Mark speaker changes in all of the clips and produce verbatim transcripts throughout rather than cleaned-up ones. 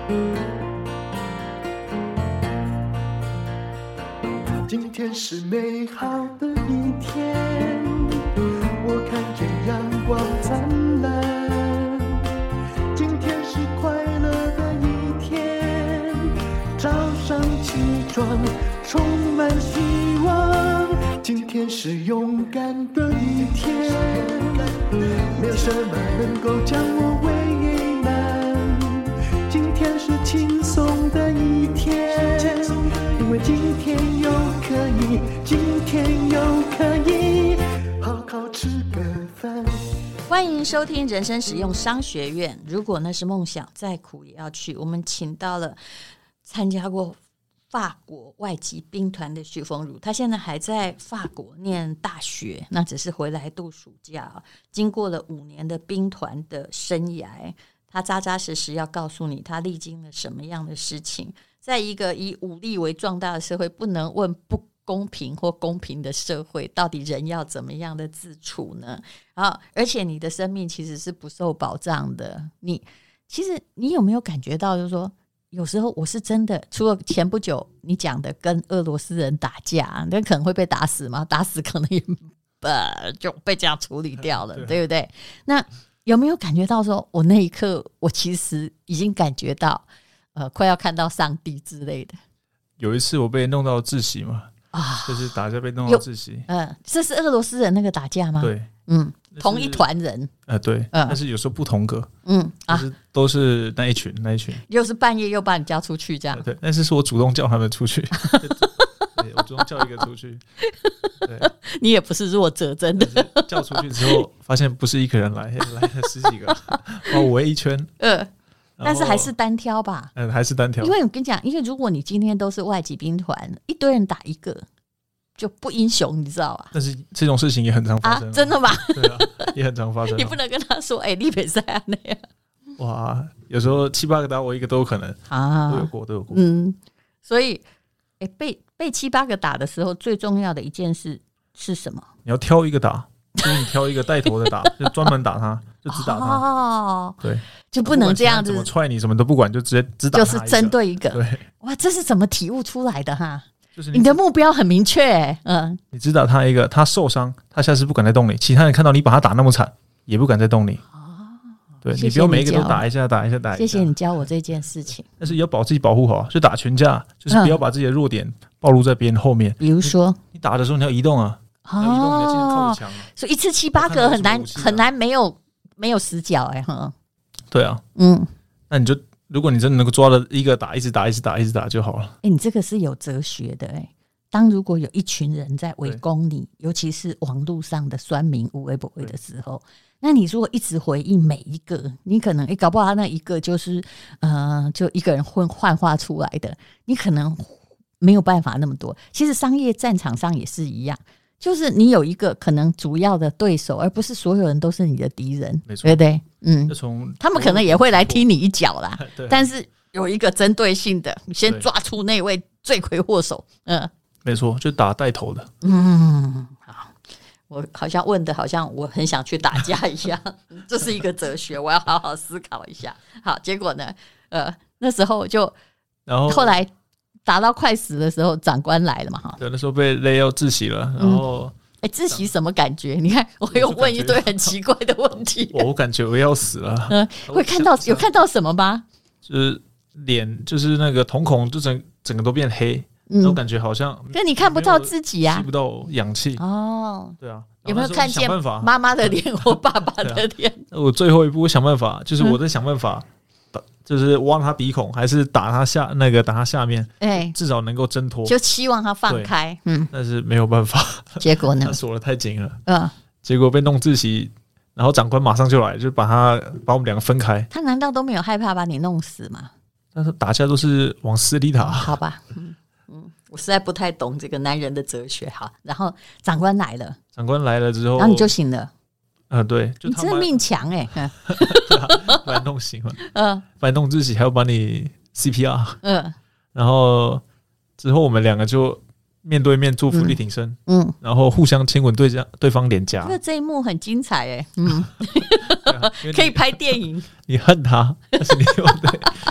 Speaker 1: 今天是美好的一天，我看见阳光灿烂。今天是快乐的一天，早上起床充满希望。今天是勇敢的一天，没有什么能够将我为难。今天是轻松的一天，因为今天又可以，今天又可以好好吃个饭。
Speaker 2: 欢迎收听人生实用商学院。如果那是梦想，再苦也要去。我们请到了参加过法国外籍兵团的许峰如，他现在还在法国念大学，那只是回来度暑假。经过了五年的兵团的生涯，他扎扎实实要告诉你他历经了什么样的事情。在一个以武力为壮大的社会，不能问不公平或公平的社会，到底人要怎么样的自处呢？然后，而且你的生命其实是不受保障的。你其实你有没有感觉到，就是说，有时候我是真的，除了前不久你讲的跟俄罗斯人打架，那可能会被打死吗？打死可能也呃就被这样处理掉了，对不对？那有没有感觉到说，我那一刻我其实已经感觉到，呃，快要看到上帝之类的？
Speaker 3: 有一次我被弄到窒息嘛。啊、就是打架被弄到窒息。嗯，
Speaker 2: 这是俄罗斯人那个打架吗？
Speaker 3: 对，
Speaker 2: 嗯，同一团人。
Speaker 3: 呃，对，嗯、但是有时候不同个，
Speaker 2: 嗯，啊，
Speaker 3: 就是都是那一群那一群。
Speaker 2: 又是半夜又把你叫出去这样。
Speaker 3: 对，但是是我主动叫他们出去，我主动叫一个出去。对，
Speaker 2: 你也不是弱者，真的。
Speaker 3: 叫出去之后，发现不是一个人来，来了十几个，把我围一圈。呃。
Speaker 2: 但是还是单挑吧，
Speaker 3: 嗯，还是单挑。
Speaker 2: 因为我跟你讲，因为如果你今天都是外籍兵团，一堆人打一个就不英雄，你知道吧？
Speaker 3: 但是这种事情也很常发生、啊
Speaker 2: 啊、真的吗？
Speaker 3: 对啊，也很常发生。
Speaker 2: 你不能跟他说，哎、欸，你别这样那样。
Speaker 3: 哇，有时候七八个打我一个都有可能啊，都有过，都有过。
Speaker 2: 嗯，所以，哎、欸，被被七八个打的时候，最重要的一件事是什么？
Speaker 3: 你要挑一个打。就是你挑一个带头的打，就专门打他，就只打他。哦，对，
Speaker 2: 就不能这样子，
Speaker 3: 怎么踹你什么都不管，就直接只打他一个，
Speaker 2: 就是针对一个。
Speaker 3: 对，
Speaker 2: 哇，这是怎么体悟出来的哈？就是你, 你的目标很明确、欸，嗯，
Speaker 3: 你只打他一个，他受伤，他下次不敢再动你，其他人看到你把他打那么惨，也不敢再动你。哦，对，
Speaker 2: 谢谢 你,
Speaker 3: 你不要每一个都打一下，打一下，打一下。
Speaker 2: 谢谢你教我这件事情。
Speaker 3: 但是也要把自己保护好，就打群架，就是不要把自己的弱点暴露在别人后面。
Speaker 2: 比如说，
Speaker 3: 你, 你打的时候你要移动啊。哦，
Speaker 2: 所以一次七八个很难、啊、很难没有没有死角哎、欸、哈。
Speaker 3: 对啊，嗯，那你就如果你真的能够抓了一个打，一直打，一直打，一直打就好了。
Speaker 2: 哎、欸，你这个是有哲学的哎、欸。当如果有一群人在围攻你，尤其是网络上的酸民无微不微的时候，那你如果一直回应每一个，你可能哎、欸、搞不好那一个就是呃就一个人混幻化出来的，你可能没有办法那么多。其实商业战场上也是一样。就是你有一个可能主要的对手，而不是所有人都是你的敌人，对不对？嗯，他们可能也会来踢你一脚啦，但是有一个针对性的，你先抓出那位罪魁祸首。嗯，
Speaker 3: 没错，就打带头的。
Speaker 2: 嗯，好，我好像问的好像我很想去打架一样，这是一个哲学，我要好好思考一下。好，结果呢，呃，那时候就，然后后来。打到快死的时候，长官来了嘛？哈，
Speaker 3: 对，那时候被勒要窒息了，然后，
Speaker 2: 哎、嗯，窒息什么感觉？你看，我又问一堆很奇怪的问题。
Speaker 3: 我感觉我要死了。嗯，
Speaker 2: 会看到有看到什么吗？
Speaker 3: 就是脸，就是那个瞳孔，就整整个都变黑，那种、嗯、感觉好像。
Speaker 2: 可你看不到自己啊，
Speaker 3: 吸不到氧气。
Speaker 2: 哦，
Speaker 3: 对啊，
Speaker 2: 有没有看见妈妈的脸或爸爸的脸、
Speaker 3: 啊？我最后一步，我想办法，就是我在想办法。嗯就是挖他鼻孔，还是打他下那个打他下面，欸、至少能够挣脱，
Speaker 2: 就期望他放开。嗯，
Speaker 3: 但是没有办法。
Speaker 2: 结果呢？
Speaker 3: 他锁得太紧了。嗯，结果被弄窒息，然后长官马上就来，就把他把我们两个分开。
Speaker 2: 他难道都没有害怕把你弄死吗？
Speaker 3: 但是打架都是往死里打。
Speaker 2: 好吧，嗯嗯，我实在不太懂这个男人的哲学。好，然后长官来了，
Speaker 3: 长官来了之后，
Speaker 2: 然后你就醒了。
Speaker 3: 呃，对，就
Speaker 2: 你真的命强哎、欸，
Speaker 3: 把你弄醒了，嗯，把你弄窒息，还要把你 C P R， 嗯，然后之后我们两个就面对面做伏地挺身，嗯，嗯然后互相亲吻对家对方脸颊。
Speaker 2: 这这一幕很精彩哎，嗯，可以拍电影。
Speaker 3: 你恨他，但是你又对，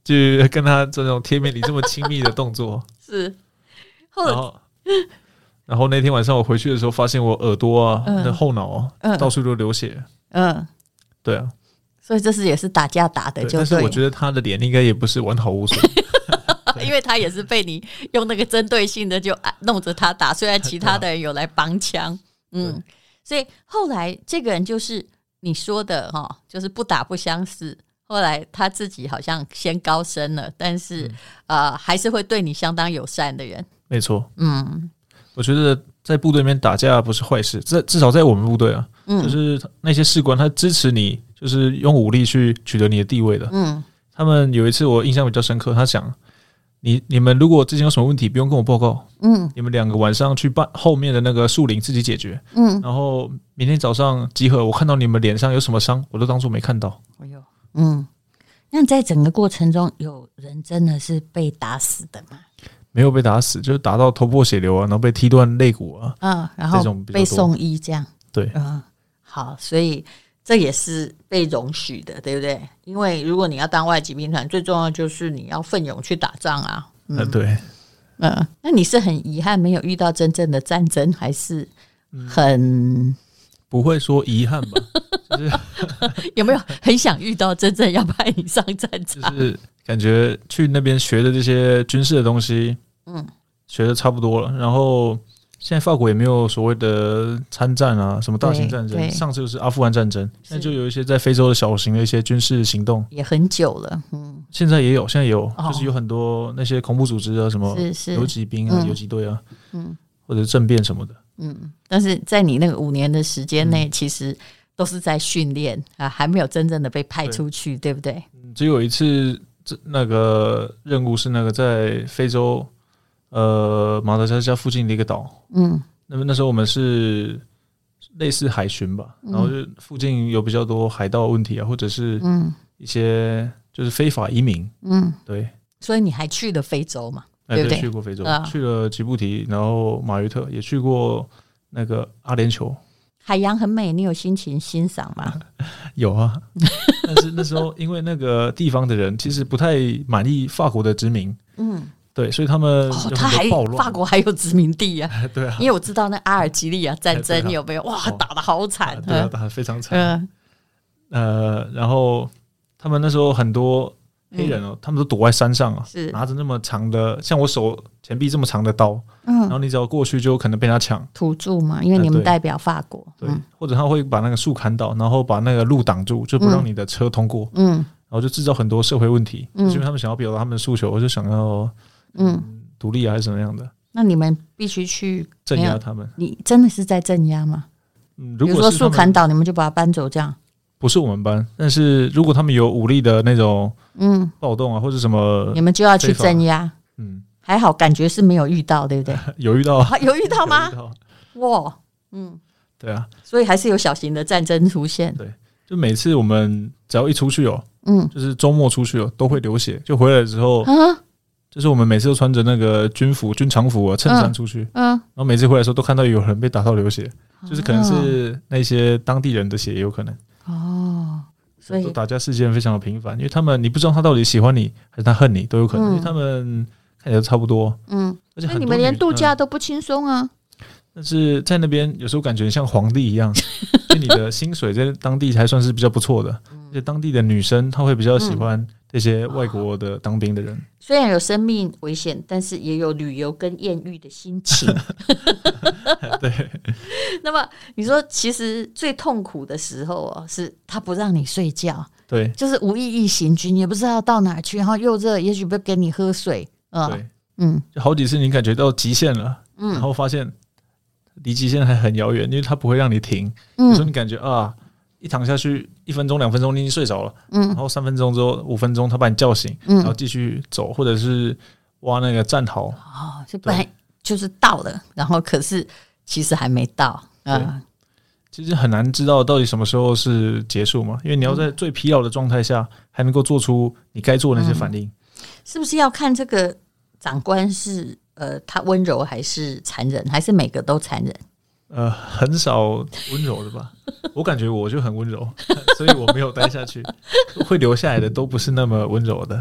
Speaker 3: 去跟他这种贴面礼这么亲密的动作。
Speaker 2: 是，
Speaker 3: 然后然后那天晚上我回去的时候，发现我耳朵啊、嗯、那后脑啊、嗯、到处都流血。嗯，对啊，
Speaker 2: 所以这是也是打架打的就对，
Speaker 3: 但是我觉得他的脸应该也不是完好无损。
Speaker 2: 因为他也是被你用那个针对性的就弄着他打，虽然其他的人有来帮腔。嗯，所以后来这个人就是你说的齁，就是不打不相识。后来他自己好像先高升了，但是、嗯、呃，还是会对你相当友善的人。
Speaker 3: 没错，嗯，我觉得在部队里面打架不是坏事，至少在我们部队啊、嗯，就是那些士官他支持你，就是用武力去取得你的地位的。嗯，他们有一次我印象比较深刻，他讲你你们如果之前有什么问题，不用跟我报告，嗯，你们两个晚上去办后面的那个树林自己解决，嗯，然后明天早上集合，我看到你们脸上有什么伤，我都当作没看到。哎呦。
Speaker 2: 嗯，那在整个过程中，有人真的是被打死的吗？
Speaker 3: 没有被打死，就是打到头破血流啊，然后被踢断肋骨啊，
Speaker 2: 嗯，然后被送医这样。
Speaker 3: 对，
Speaker 2: 嗯，好，所以这也是被容许的，对不对？因为如果你要当外籍兵团，最重要就是你要奋勇去打仗啊。
Speaker 3: 嗯，呃、对，
Speaker 2: 嗯，那你是很遗憾没有遇到真正的战争，还是很？嗯，
Speaker 3: 不会说遗憾吧，就是
Speaker 2: 有没有很想遇到真正要派你上战场？
Speaker 3: 就是感觉去那边学的这些军事的东西，嗯，学的差不多了。然后现在法国也没有所谓的参战啊，什么大型战争，上次就是阿富汗战争，现在就有一些在非洲的小型的一些军事行动，
Speaker 2: 也很久了。嗯，
Speaker 3: 现在也有，现在也有，哦、就是有很多那些恐怖组织啊，什么游击兵啊、嗯、游击队啊，嗯，或者政变什么的。
Speaker 2: 嗯，但是在你那个五年的时间内、嗯，其实都是在训练啊，还没有真正的被派出去， 对, 对不对？
Speaker 3: 只有一次，那个任务是那个在非洲，呃，马达加斯加附近的一个岛。嗯，那么那时候我们是类似海巡吧，嗯、然后就附近有比较多海盗问题啊，或者是一些就是非法移民。嗯，对。
Speaker 2: 所以你还去了非洲嘛？
Speaker 3: 对不对？
Speaker 2: 对，
Speaker 3: 去过非洲、啊，去了吉布提，然后马约特，也去过那个阿联酋。
Speaker 2: 海洋很美，你有心情欣赏吗？
Speaker 3: 有啊，但是那时候因为那个地方的人其实不太满意法国的殖民，嗯，对，所以他们有很多暴乱、哦、
Speaker 2: 他还法国还有殖民地啊，
Speaker 3: 对啊，
Speaker 2: 因为我知道那阿尔及利亚战争、啊、有没有？哇，打得好惨、
Speaker 3: 哦，对啊，打得非常惨。嗯、呃，然后他们那时候很多。黑人哦、嗯，他们都躲在山上啊，拿着那么长的，像我手前臂这么长的刀，嗯，然后你只要过去就可能被他抢。
Speaker 2: 土著嘛，因为你们代表法国，
Speaker 3: 对，嗯、或者他会把那个树砍倒，然后把那个路挡住，就不让你的车通过，嗯，然后就制造很多社会问题，嗯，因为他们想要表达他们的诉求，我就想要，嗯，独立啊，还是什么样的？
Speaker 2: 那你们必须去
Speaker 3: 镇压他们。
Speaker 2: 你真的是在镇压吗？嗯，如果比如说树砍倒，你们就把它搬走，这样。
Speaker 3: 不是我们班，但是如果他们有武力的那种嗯暴动啊，或者什么，
Speaker 2: 你们就要去镇压。嗯，还好，感觉是没有遇到，对不对？
Speaker 3: 有遇到、啊，
Speaker 2: 有遇到吗？哇，嗯，
Speaker 3: 对啊，
Speaker 2: 所以还是有小型的战争出现。
Speaker 3: 对，就每次我们只要一出去哦，嗯，就是周末出去哦，都会流血。就回来之后，啊，就是我们每次都穿着那个军服、军常服啊、衬衫出去，嗯，然后每次回来的时候都看到有人被打到流血，就是可能是那些当地人的血也有可能。哦，所以打架事件非常的频繁，因为他们你不知道他到底喜欢你还是他恨你都有可能，嗯、因为他们看起来都差不多。嗯，而且很多你
Speaker 2: 们连度假都不轻松啊、嗯。
Speaker 3: 但是在那边有时候感觉像皇帝一样，因为你的薪水在当地还算是比较不错的，而且当地的女生她会比较喜欢这些外国的当兵的人。嗯、
Speaker 2: 虽然有生命危险，但是也有旅游跟艳遇的心情。
Speaker 3: 对。
Speaker 2: 那么你说，其实最痛苦的时候哦，是他不让你睡觉，
Speaker 3: 对，
Speaker 2: 就是无意义行军，也不知道要到哪儿去，然后又热，也许不给你喝水，
Speaker 3: 嗯、对，嗯，就好几次你感觉到极限了，嗯，然后发现离极限还很遥远，因为他不会让你停。嗯，有时候你感觉啊，一躺下去一分钟、两分钟，你已经睡着了，嗯，然后三分钟之后、五分钟，他把你叫醒，嗯，然后继续走，或者是挖那个战壕，
Speaker 2: 哦，就本来就是到了，然后可是其实还没到。
Speaker 3: 嗯，其实很难知道到底什么时候是结束嘛，因为你要在最疲劳的状态下还能够做出你该做的那些反应、嗯、
Speaker 2: 是不是要看这个长官是呃他温柔还是残忍，还是每个都残忍？
Speaker 3: 呃，很少温柔的吧。我感觉我就很温柔，所以我没有待下去。会留下来的都不是那么温柔的。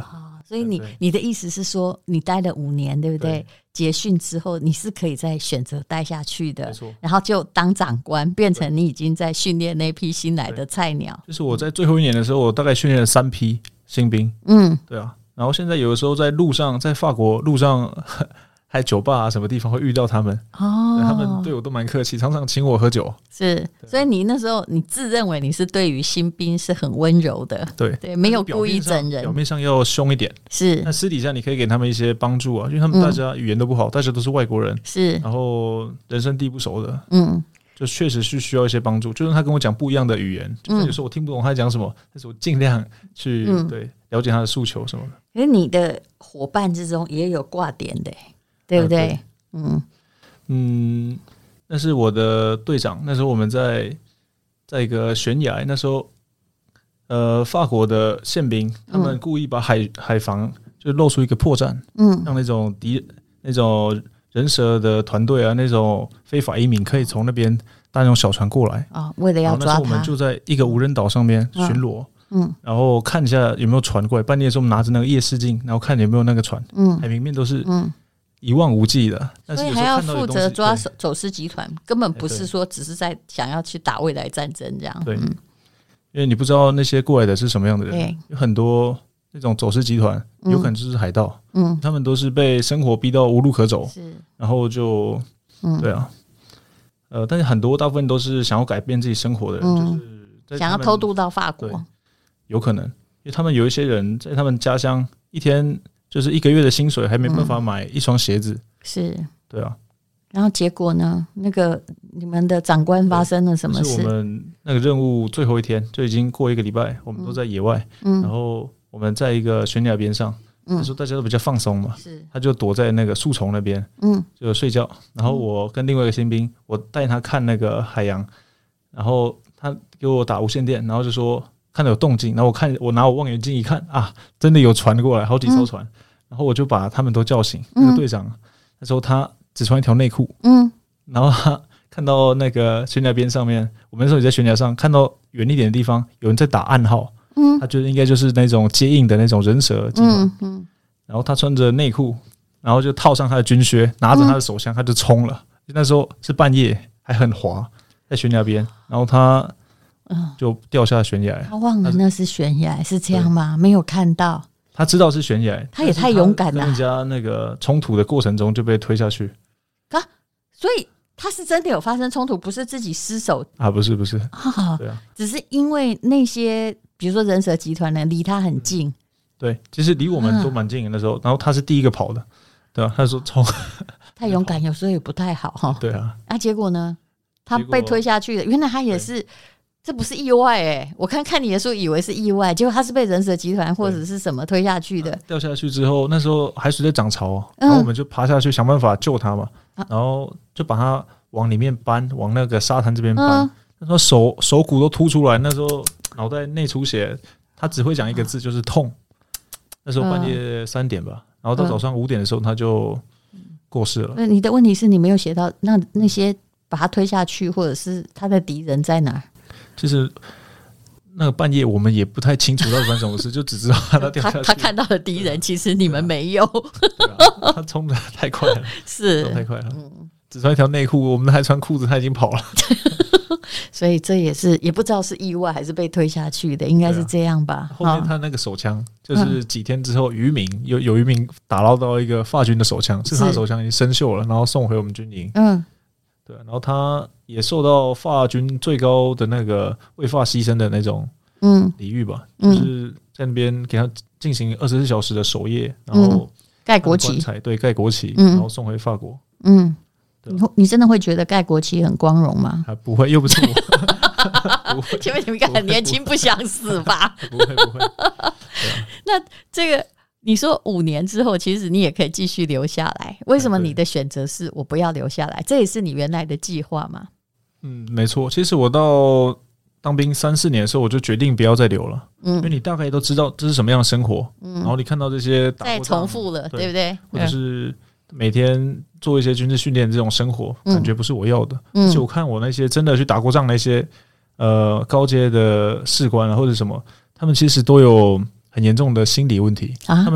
Speaker 2: 所以你你的意思是说，你待了五年，对不对？对，结训之后，你是可以再选择待下去的，然后就当长官，变成你已经在训练那批新来的菜鸟。
Speaker 3: 就是我在最后一年的时候，我大概训练了三批新兵，嗯，对啊。然后现在有的时候在路上，在法国路上。还酒吧啊，什么地方会遇到他们？哦，他们对我都蛮客气，常常请我喝酒。
Speaker 2: 是，所以你那时候你自认为你是对于新兵是很温柔的，
Speaker 3: 对
Speaker 2: 对，没有故意整人。
Speaker 3: 表面上要凶一点，
Speaker 2: 是，
Speaker 3: 但私底下你可以给他们一些帮助啊，因为他们大家语言都不好，嗯、大家都是外国人，
Speaker 2: 是，
Speaker 3: 然后人生地不熟的，嗯，就确实是需要一些帮助。就算他跟我讲不一样的语言，就是有时候我听不懂他讲什么，但是我尽量去、嗯、对了解他的诉求什么的。
Speaker 2: 因为你的伙伴之中也有挂点的，对不对？啊对
Speaker 3: 嗯嗯，那是我的队长。那时候我们在在一个悬崖，那时候呃，法国的宪兵他们故意把海海防就露出一个破绽，嗯，让那种敌那种人蛇的团队啊，那种非法移民可以从那边搭那种小船过来
Speaker 2: 啊、哦，为了要抓他。
Speaker 3: 那时候我们就在一个无人岛上面巡逻。嗯嗯，然后看一下有没有船过来。半夜的时候，我们拿着那个夜视镜，然后看有没有那个船。嗯，海平面都是嗯。一望无际的，但是
Speaker 2: 所以还要负责抓走私集团，根本不是说只是在想要去打未来战争这样。
Speaker 3: 对，嗯、因为你不知道那些过来的是什么样的人，有很多那种走私集团，有可能就是海盗，嗯，他们都是被生活逼到无路可走，是，然后就，嗯，对啊，呃，但是很多大部分都是想要改变自己生活的人，嗯、就是
Speaker 2: 想要偷渡到法国，
Speaker 3: 有可能，因为他们有一些人在他们家乡一天。就是一个月的薪水还没办法买一双鞋子，嗯、
Speaker 2: 是，
Speaker 3: 对啊。
Speaker 2: 然后结果呢？那个你们的长官发生了什么事？
Speaker 3: 就是我们那个任务最后一天就已经过一个礼拜，我们都在野外，嗯、然后我们在一个悬崖边上，嗯、那时候大家都比较放松嘛，是，他就躲在那个树丛那边，嗯，就睡觉。然后我跟另外一个新兵，我带他看那个海洋，然后他给我打无线电，然后就说。看到有动静，然后我看我拿我望远镜一看啊，真的有船过来，好几艘船，嗯、然后我就把他们都叫醒。嗯、那个队长那时候他只穿一条内裤，嗯，然后他看到那个悬崖边上面，我们那时候也在悬崖上，看到远一点的地方有人在打暗号，嗯，他觉得应该就是那种接应的那种人蛇集团，嗯嗯，然后他穿着内裤，然后就套上他的军靴，拿着他的手枪，他就冲了。那时候是半夜，还很滑，在悬崖边，然后他。就掉下悬崖，
Speaker 2: 他忘了那是悬崖，是这样吗？没有看到，
Speaker 3: 他知道是悬崖，
Speaker 2: 他也太勇敢了。
Speaker 3: 跟人家那个冲突的过程中就被推下去
Speaker 2: 啊，所以他是真的有发生冲突，不是自己失手
Speaker 3: 啊？不是不是啊，
Speaker 2: 对啊，只是因为那些比如说人蛇集团呢离他很近，嗯、
Speaker 3: 对，其实离我们都蛮近的那时候，然后他是第一个跑的，对啊，他说冲，
Speaker 2: 太勇敢有时候也不太好哈。
Speaker 3: 对啊，
Speaker 2: 啊，结果呢，他被推下去了，原来他也是。这不是意外哎、欸！我看看你的书，以为是意外，结果他是被人蛇集团或者是什么推下去的。
Speaker 3: 掉下去之后，那时候海水在涨潮，然后我们就爬下去想办法救他嘛，嗯、然后就把他往里面搬，往那个沙滩这边搬。嗯、那时候手手骨都凸出来，那时候脑袋内出血，他只会讲一个字，就是痛。那时候半夜三点吧，然后到早上五点的时候他就过世了。
Speaker 2: 那你的问题是你没有写到那那些把他推下去，或者是他的敌人在哪儿？
Speaker 3: 其实那个半夜我们也不太清楚到底发生什么事，就只知道他掉下去。
Speaker 2: 他, 他看到的敌人，其实你们没有。
Speaker 3: 对啊，他冲的太快了，
Speaker 2: 是
Speaker 3: 太快了。嗯、只穿一条内裤，我们还穿裤子，他已经跑了。
Speaker 2: 所以这也是也不知道是意外还是被推下去的，应该是这样吧。
Speaker 3: 啊、后面他那个手枪，就是几天之后，渔民有有渔民打捞到一个法军的手枪，是他的手枪已经生锈了，然后送回我们军营。嗯。对，然后他也受到法军最高的那个为法牺牲的那种礼遇吧，嗯、就是在那边给他进行二十四小时的守夜，然后
Speaker 2: 盖国旗，
Speaker 3: 对，盖国旗，嗯、然后送回法国。嗯，
Speaker 2: 你你真的会觉得盖国旗很光荣吗？
Speaker 3: 啊，不会，又不是我。
Speaker 2: 不会，前面你们很年轻，不想死吧？
Speaker 3: 不会不会。
Speaker 2: 那这个。你说五年之后，其实你也可以继续留下来。为什么你的选择是我不要留下来？这也是你原来的计划吗？
Speaker 3: 嗯，没错。其实我到当兵三四年的时候，我就决定不要再留了。嗯，因为你大概都知道这是什么样的生活，嗯、然后你看到这些打
Speaker 2: 再重复了， 对, 对不对？
Speaker 3: 或者是每天做一些军事训练这种生活，嗯、感觉不是我要的。嗯，而且我看我那些真的去打过仗那些呃高阶的士官啊，或者什么，他们其实都有很严重的心理问题，啊、他们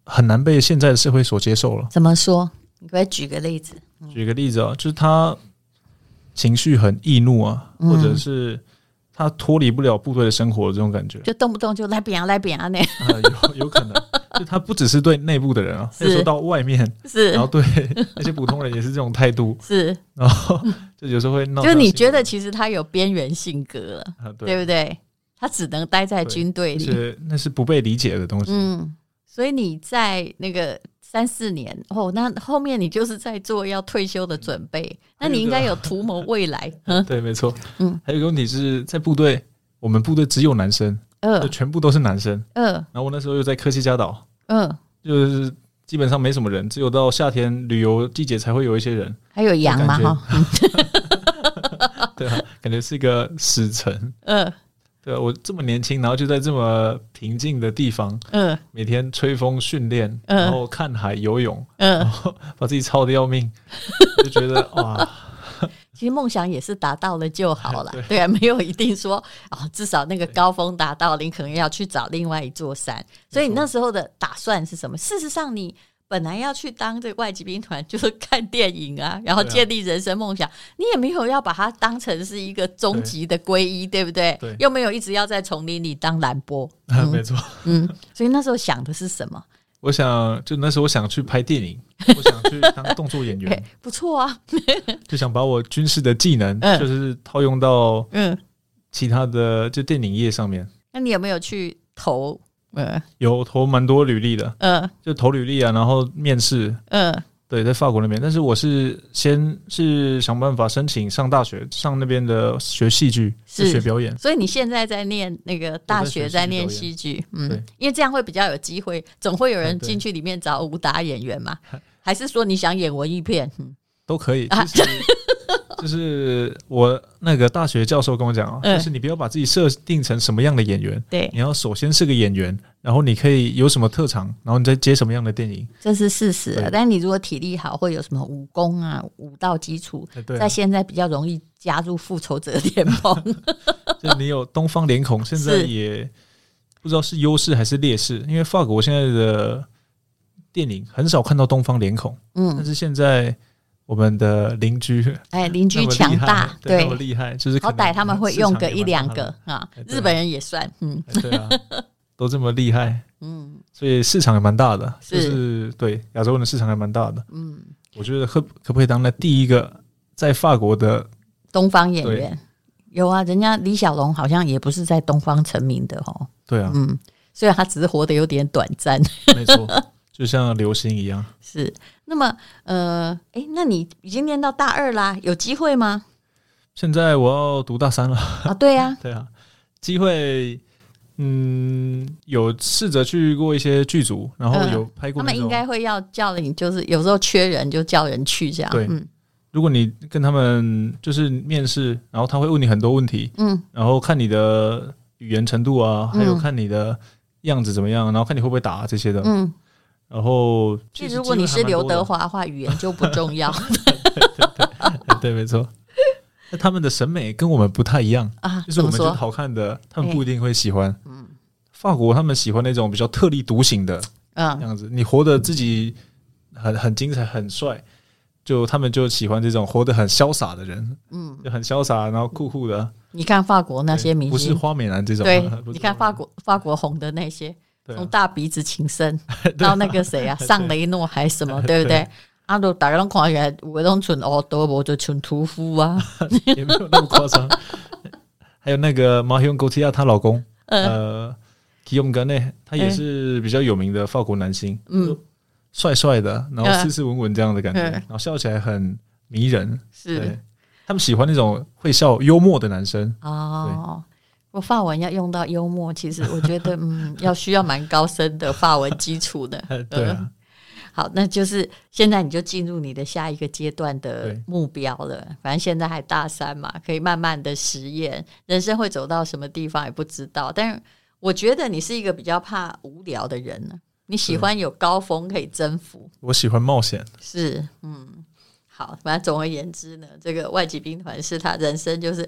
Speaker 3: 很难被现在的社会所接受了。
Speaker 2: 怎么说？你可以举个例子。
Speaker 3: 举个例子啊，就是他情绪很易怒啊，嗯、或者是他脱离不了部队的生活的这种感觉，
Speaker 2: 就动不动就来扁啊来扁啊那、
Speaker 3: 呃、有有可能，就他不只是对内部的人啊，有时候到外面是，然后对那些普通人也是这种态度，
Speaker 2: 是，
Speaker 3: 然后就有时候会闹。
Speaker 2: 就是你觉得其实他有边缘性格了、啊对，对不对？他只能待在军队里，
Speaker 3: 是那是不被理解的东西。
Speaker 2: 嗯，所以你在那个三四年哦，那后面你就是在做要退休的准备，那你应该有图谋未来。
Speaker 3: 嗯、对，没错。嗯，还有一个问题是在部队，我们部队只有男生，嗯、呃，全部都是男生，嗯、呃。然后我那时候又在科西嘉岛，嗯、呃，就是基本上没什么人，只有到夏天旅游季节才会有一些人，
Speaker 2: 还有羊嘛哈。
Speaker 3: 对啊，感觉是一个死城。嗯、呃。对啊，我这么年轻，然后就在这么平静的地方，嗯，每天吹风训练，嗯，然后看海游泳，嗯，然后把自己操得要命，就觉得哇，
Speaker 2: 其实梦想也是达到了就好了，对, 对啊，没有一定说哦，至少那个高峰达到了，你可能要去找另外一座山。所以你那时候的打算是什么？事实上，你本来要去当这个外籍兵团，就是看电影啊，然后建立人生梦想，你也没有要把它当成是一个终极的皈依， 对, 对不对？对，又没有一直要在丛林里当蓝波，
Speaker 3: 嗯、没错。
Speaker 2: 嗯，所以那时候想的是什么？
Speaker 3: 我想，就那时候我想去拍电影，我想去当动作演员，
Speaker 2: 不错啊，
Speaker 3: 就想把我军事的技能，嗯、就是套用到嗯其他的就电影业上面。
Speaker 2: 那你有没有去投？
Speaker 3: 嗯，有投蛮多履历的，嗯，就投履历啊，然后面试，嗯，对，在法国那边，但是我是先是想办法申请上大学，上那边的学戏剧，是学表演，
Speaker 2: 所以你现在在念那个大学，在念戏剧，嗯，因为这样会比较有机会，总会有人进去里面找武打演员嘛，还是说你想演文艺片，嗯，
Speaker 3: 都可以，其实就是我那个大学教授跟我讲啊，嗯、就是你不要把自己设定成什么样的演员，对，你要首先是个演员，然后你可以有什么特长，然后你再接什么样的电影，
Speaker 2: 这是事实啊。但是你如果体力好，会有什么武功啊、武道基础，啊、在现在比较容易加入复仇者联盟。
Speaker 3: 就你有东方脸孔，现在也不知道是优势还是劣势，因为法国现在的电影很少看到东方脸孔，嗯，但是现在。我们的邻居，
Speaker 2: 哎，邻居强大，
Speaker 3: 对，那么厉害，就是
Speaker 2: 好歹他们会用个一两个啊，日本人也算，嗯，
Speaker 3: 对啊，都这么厉害，嗯，所以市场也蛮大的，就是对亚洲人的市场还蛮大的，嗯，我觉得可可不可以当那第一个在法国的
Speaker 2: 东方演员？有啊，人家李小龙好像也不是在东方成名的哦，
Speaker 3: 对啊，
Speaker 2: 嗯，虽然他只是活得有点短暂，
Speaker 3: 没错。就像流星一样，
Speaker 2: 是。那么，呃，哎，那你已经念到大二啦，有机会吗？
Speaker 3: 现在我要读大三了
Speaker 2: 啊，对呀、啊，
Speaker 3: 对啊，机会，嗯，有试着去过一些剧组，然后有拍过、嗯。
Speaker 2: 他们应该会要叫你，就是有时候缺人就叫人去这样。
Speaker 3: 对，嗯，如果你跟他们就是面试，然后他会问你很多问题，嗯，然后看你的语言程度啊，还有看你的样子怎么样，然后看你会不会打这些的，嗯。然后，
Speaker 2: 其实如果你是刘德华的话，语言就不重要。
Speaker 3: 对, 对, 对, 对，没错。那他们的审美跟我们不太一样啊，就是我们觉得好看的，他们不一定会喜欢。嗯，法国他们喜欢那种比较特立独行的样子，嗯、你活得自己很很精彩、很帅，就他们就喜欢这种活得很潇洒的人。嗯，就很潇洒，然后酷酷的。
Speaker 2: 你看法国那些明星，
Speaker 3: 不是花美男这种。
Speaker 2: 对，你看法国法国红的那些。从大鼻子情深到那个谁啊，尚雷诺还什么，对不对？啊，都大家都看起来有那种纯欧多，无就纯屠夫啊，
Speaker 3: 也没有那么夸张。还有那个马希翁·戈提亚，她老公，呃，提翁格内，他也是比较有名的法国男星，嗯，帅帅的，然后斯斯文文这样的感觉，然后笑起来很迷人，是他们喜欢那种会笑、幽默的男生
Speaker 2: 哦。我法文要用到幽默，其实我觉得嗯，要需要蛮高深的法文基础的。
Speaker 3: 对啊、
Speaker 2: 好，那就是现在你就进入你的下一个阶段的目标了。反正现在还大三嘛，可以慢慢的实验，人生会走到什么地方也不知道。但是我觉得你是一个比较怕无聊的人呢，你喜欢有高峰可以征服。
Speaker 3: 我喜欢冒险，
Speaker 2: 是嗯，好，反正总而言之呢，这个外籍兵团是他人生就是。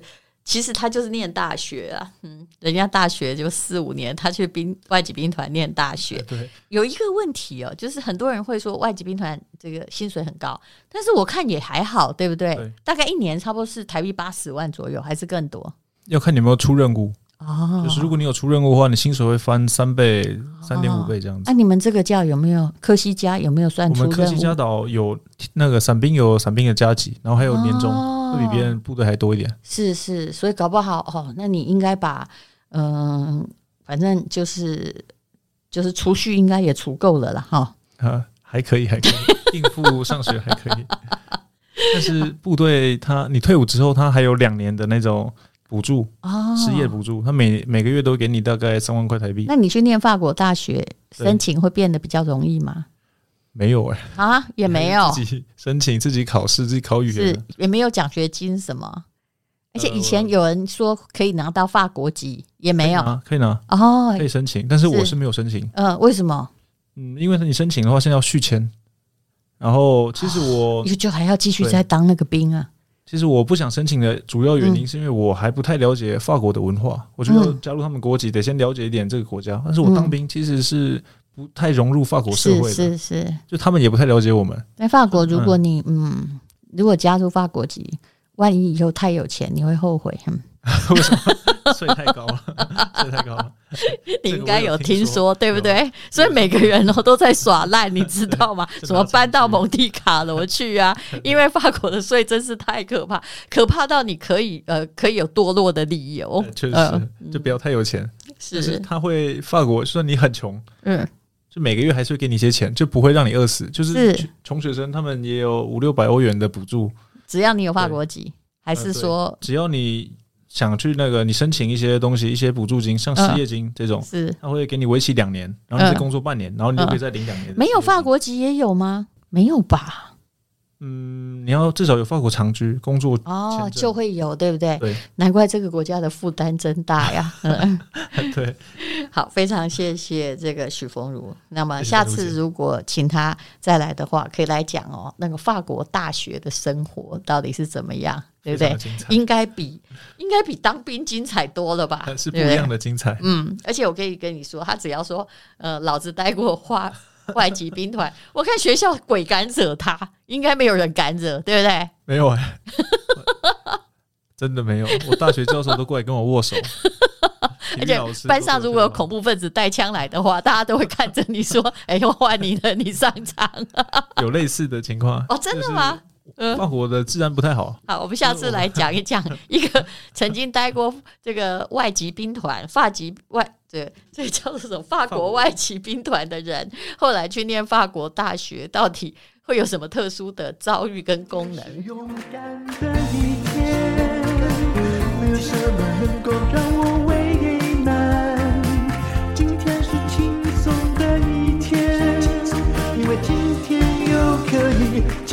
Speaker 2: 其实他就是念大学啊，嗯，人家大学就四五年，他去兵外籍兵团念大学。
Speaker 3: 对，
Speaker 2: 有一个问题哦，就是很多人会说外籍兵团这个薪水很高，但是我看也还好，对不对？
Speaker 3: 对，
Speaker 2: 大概一年差不多是台币八十万左右，还是更多？
Speaker 3: 要看你有没有出任务。
Speaker 2: 哦，
Speaker 3: 就是如果你有出任务的话，你薪水会翻三倍、三点五倍这样子。
Speaker 2: 那、哦啊、你们这个叫有没有科西嘉有没有算出任务？
Speaker 3: 我们科西嘉岛有那个伞兵有伞兵的加级，然后还有年终，
Speaker 2: 哦、
Speaker 3: 会比别人部队还多一点。
Speaker 2: 是是，所以搞不好哦，那你应该把嗯、呃，反正就是就是储蓄应该也储够了啦哈。
Speaker 3: 啊，还可以，还可以应付上学还可以。但是部队他你退伍之后，他还有两年的那种。补助哦，失业补助，他每每个月都给你大概三万块台币。
Speaker 2: 那你去念法国大学，申请会变得比较容易吗？
Speaker 3: 没有哎、
Speaker 2: 欸，啊，也没有，
Speaker 3: 自己申请，自己考试，自己考语言，
Speaker 2: 是也没有奖学金什么。而且以前有人说可以拿到法国籍，也没有，
Speaker 3: 可以拿，
Speaker 2: 哦，
Speaker 3: 可以申请，但是我是没有申请。
Speaker 2: 嗯、呃，为什么？
Speaker 3: 嗯，因为你申请的话，现在要续签，然后其实我、
Speaker 2: 哦、就还要继续再当那个兵啊。
Speaker 3: 其实我不想申请的主要原因是因为我还不太了解法国的文化，嗯、我觉得加入他们国籍得先了解一点这个国家。但是我当兵其实是不太融入法国社会的，
Speaker 2: 是是是，
Speaker 3: 就他们也不太了解我们。
Speaker 2: 在法国，如果你嗯, 嗯，如果加入法国籍，万一以后太有钱，你会后悔。嗯
Speaker 3: 为什么？税太高了，税太高了。
Speaker 2: 你应该有听 说, 说对不对？所以每个人哦都在耍赖，你知道吗？什么搬到蒙地卡罗去啊？因为法国的税真是太可怕，可怕到你可以呃可以有堕落的理由。
Speaker 3: 确实、呃，就不要太有钱。是，是他会法国，就算你很穷，嗯，就每个月还是会给你一些钱，就不会让你饿死。就是穷学生他们也有五六百欧元的补助，
Speaker 2: 只要你有法国籍，还是说、呃、
Speaker 3: 只要你。想去那个，你申请一些东西，一些补助金，像失业金这种，是、嗯、他会给你为期两年，然后你再工作半年，嗯、然后你就可以再领两年、嗯。
Speaker 2: 没有法国籍也有吗？没有吧？
Speaker 3: 嗯，你要至少有法国长居工作
Speaker 2: 哦，就会有，对不对？
Speaker 3: 对，
Speaker 2: 难怪这个国家的负担真大呀。嗯、
Speaker 3: 对，
Speaker 2: 好，非常谢谢这个许峰如。那么下次如果请他再来的话，可以来讲哦，那个法国大学的生活到底是怎么样？对不对？应该比应该比当兵精彩多了吧？
Speaker 3: 是不一样的精彩。
Speaker 2: 对对嗯，而且我可以跟你说，他只要说呃，老子待过外外籍兵团，我看学校鬼敢惹他，应该没有人敢惹，对不对？
Speaker 3: 没有哎、欸，真的没有。我大学教授都过来跟我握手。
Speaker 2: 而且班上如果有恐怖分子带枪来的话，大家都会看着你说：“哎、欸，我换你了，你上场。”
Speaker 3: 有类似的情况
Speaker 2: 哦，真的吗？就是
Speaker 3: 法国的治安不太好。
Speaker 2: 好，我们下次来讲一讲一个曾经待过这个外籍兵团、法籍外这这叫做什么法国外籍兵团的人，后来去念法国大学，到底会有什么特殊的遭遇跟功能？
Speaker 1: 勇敢的一天，没有什么能够让我为难。今天是轻松的一天，因为今天又可以。